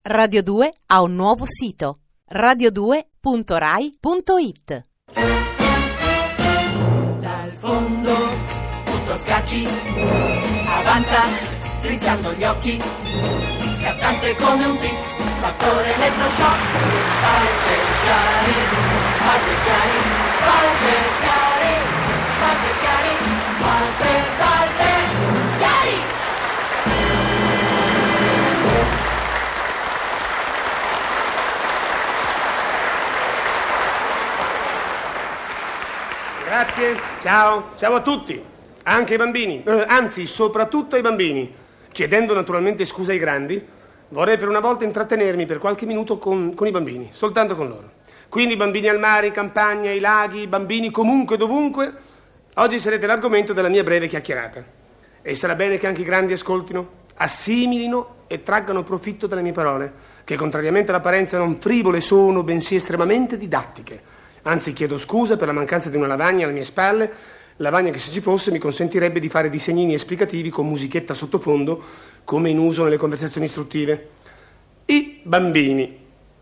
Radio 2 ha un nuovo sito: radio2.rai.it. Dal fondo tutto a scacchi, avanza strizzando gli occhi, scattante come un tic, fattore elettroshock, Valtercari, Valtercari, Valtercari, Valtercari, Valtercari. Grazie, ciao a tutti, anche ai bambini, anzi soprattutto ai bambini. Chiedendo naturalmente scusa ai grandi, vorrei per una volta intrattenermi per qualche minuto con i bambini, soltanto con loro. Quindi bambini al mare, in campagna, ai laghi, bambini comunque, dovunque, oggi sarete l'argomento della mia breve chiacchierata. E sarà bene che anche i grandi ascoltino, assimilino e traggano profitto dalle mie parole, che contrariamente all'apparenza non frivole sono, bensì estremamente didattiche. Anzi, chiedo scusa per la mancanza di una lavagna alle mie spalle, lavagna che se ci fosse mi consentirebbe di fare disegnini esplicativi con musichetta sottofondo, come in uso nelle conversazioni istruttive. I bambini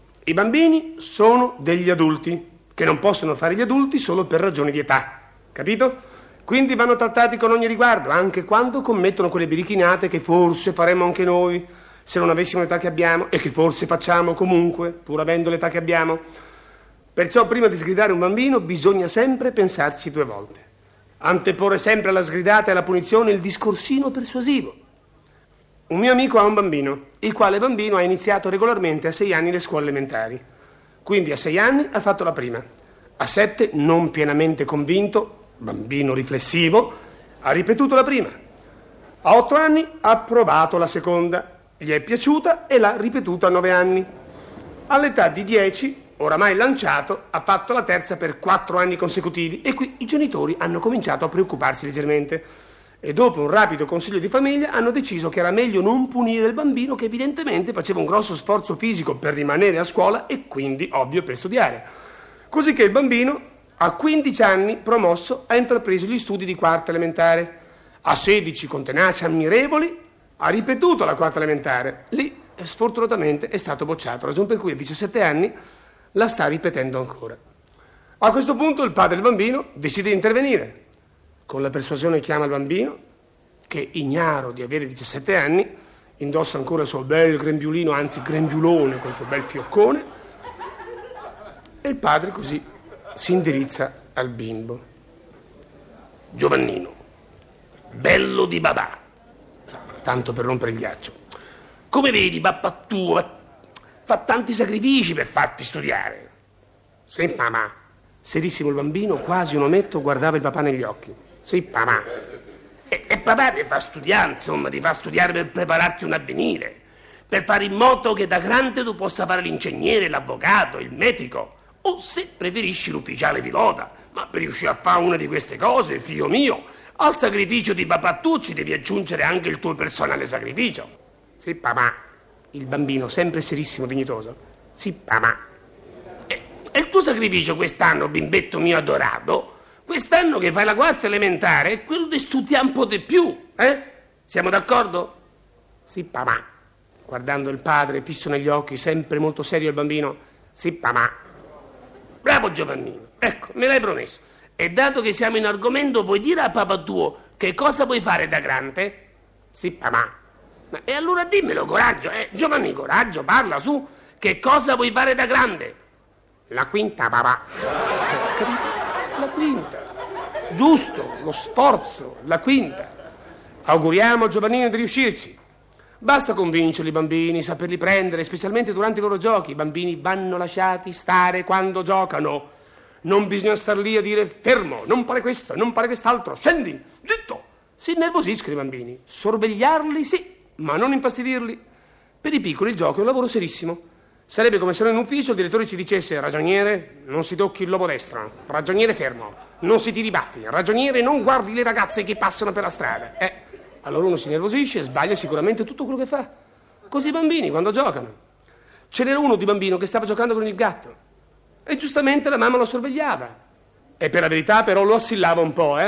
sono degli adulti, che non possono fare gli adulti solo per ragioni di età, capito? Quindi vanno trattati con ogni riguardo, anche quando commettono quelle birichinate che forse faremmo anche noi, se non avessimo l'età che abbiamo, e che forse facciamo comunque, pur avendo l'età che abbiamo. Perciò prima di sgridare un bambino bisogna sempre pensarci 2 volte. Anteporre sempre alla sgridata e alla punizione il discorsino persuasivo. Un mio amico ha un bambino, il quale bambino ha iniziato regolarmente a 6 anni le scuole elementari. Quindi a 6 anni ha fatto la prima. A 7, non pienamente convinto, bambino riflessivo, ha ripetuto la prima. A 8 anni ha provato la seconda, gli è piaciuta e l'ha ripetuta a 9 anni. All'età di 10... oramai lanciato, ha fatto la terza per 4 anni consecutivi e qui i genitori hanno cominciato a preoccuparsi leggermente e dopo un rapido consiglio di famiglia hanno deciso che era meglio non punire il bambino, che evidentemente faceva un grosso sforzo fisico per rimanere a scuola e quindi, ovvio, per studiare. Così che il bambino, a 15 anni, promosso, ha intrapreso gli studi di 4ª elementare. A 16, con tenacia ammirevoli, ha ripetuto la 4ª elementare. Lì, sfortunatamente, è stato bocciato, ragion per cui a 17 anni la sta ripetendo ancora. A questo punto il padre del bambino decide di intervenire. Con la persuasione chiama il bambino, che ignaro di avere 17 anni, indossa ancora il suo bel grembiulino, anzi grembiulone, con il suo bel fioccone, e il padre così si indirizza al bimbo. Giovannino, bello di babà, tanto per rompere il ghiaccio. Come vedi, papà tuo fa tanti sacrifici per farti studiare. Sì, mamma. Serissimo il bambino, quasi un ometto, guardava il papà negli occhi. Sì, mamma. E papà ti fa studiare, insomma, ti fa studiare per prepararti un avvenire, per fare in modo che da grande tu possa fare l'ingegnere, l'avvocato, il medico, o se preferisci l'ufficiale pilota. Ma per riuscire a fare una di queste cose, figlio mio, al sacrificio di papà tu ci devi aggiungere anche il tuo personale sacrificio. Sì, papà. Il bambino, sempre serissimo, dignitoso. Sì, mamma. E il tuo sacrificio quest'anno, bimbetto mio adorato, quest'anno che fai la 4ª elementare, è quello di studiare un po' di più, eh? Siamo d'accordo? Sì, mamma. Guardando il padre, fisso negli occhi, sempre molto serio il bambino. Sì, mamma. Bravo Giovannino. Ecco, me l'hai promesso. E dato che siamo in argomento, vuoi dire a papà tuo che cosa vuoi fare da grande? Sì, mamma. E allora dimmelo, coraggio, Giovanni, coraggio, parla su, che cosa vuoi fare da grande? La 5ª, papà. Capito? La 5ª. Giusto, lo sforzo, la 5ª. Auguriamo a Giovannino di riuscirci. Basta convincerli i bambini, saperli prendere, specialmente durante i loro giochi. I bambini vanno lasciati stare quando giocano. Non bisogna star lì a dire fermo, non fare questo, non fare quest'altro, scendi, zitto. Si innervosiscono i bambini. Sorvegliarli sì, ma non infastidirli. Per i piccoli il gioco è un lavoro serissimo. Sarebbe come se noi in ufficio il direttore ci dicesse: ragioniere, non si tocchi il lobo destro, ragioniere fermo, non si tiri i baffi, ragioniere non guardi le ragazze che passano per la strada. Allora uno si nervosisce e sbaglia sicuramente tutto quello che fa. Così i bambini quando giocano. Ce n'era uno di bambino che stava giocando con il gatto e giustamente la mamma lo sorvegliava e per la verità però lo assillava un po',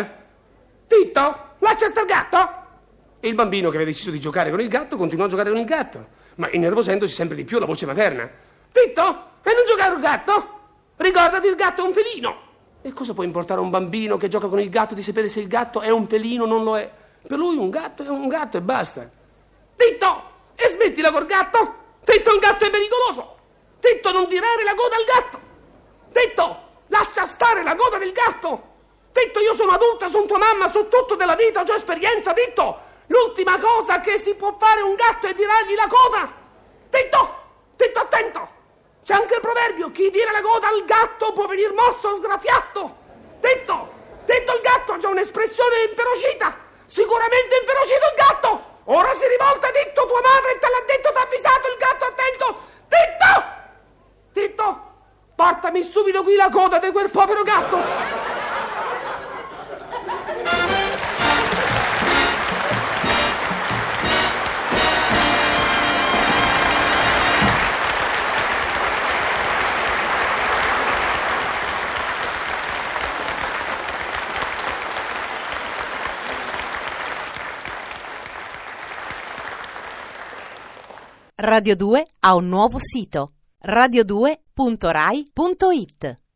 Titto, lascia stare il gatto. E il bambino che aveva deciso di giocare con il gatto continuò a giocare con il gatto. ma innervosendosi sempre di più la voce materna. Titto, e non giocare al gatto? Ricordati, il gatto è un felino. E cosa può importare a un bambino che gioca con il gatto di sapere se il gatto è un felino o non lo è? Per lui un gatto è un gatto e basta. Titto, e smettila col gatto. Titto, il gatto è pericoloso. Titto, non tirare la coda al gatto. Titto, lascia stare la coda del gatto. Titto, io sono adulta, sono tua mamma, so tutto della vita, ho esperienza. Titto, l'ultima cosa che si può fare a un gatto è tirargli la coda. Titto, Titto, attento. C'è anche il proverbio, chi tira la coda al gatto può venir morso o sgraffiato. Titto, il gatto ha già un'espressione inferocita. Sicuramente inferocito il gatto. Ora si rivolta, Titto, tua madre te l'ha detto, t'ha avvisato il gatto, attento. Titto, portami subito qui la coda di quel povero gatto. Radio 2 ha un nuovo sito: radio2.rai.it.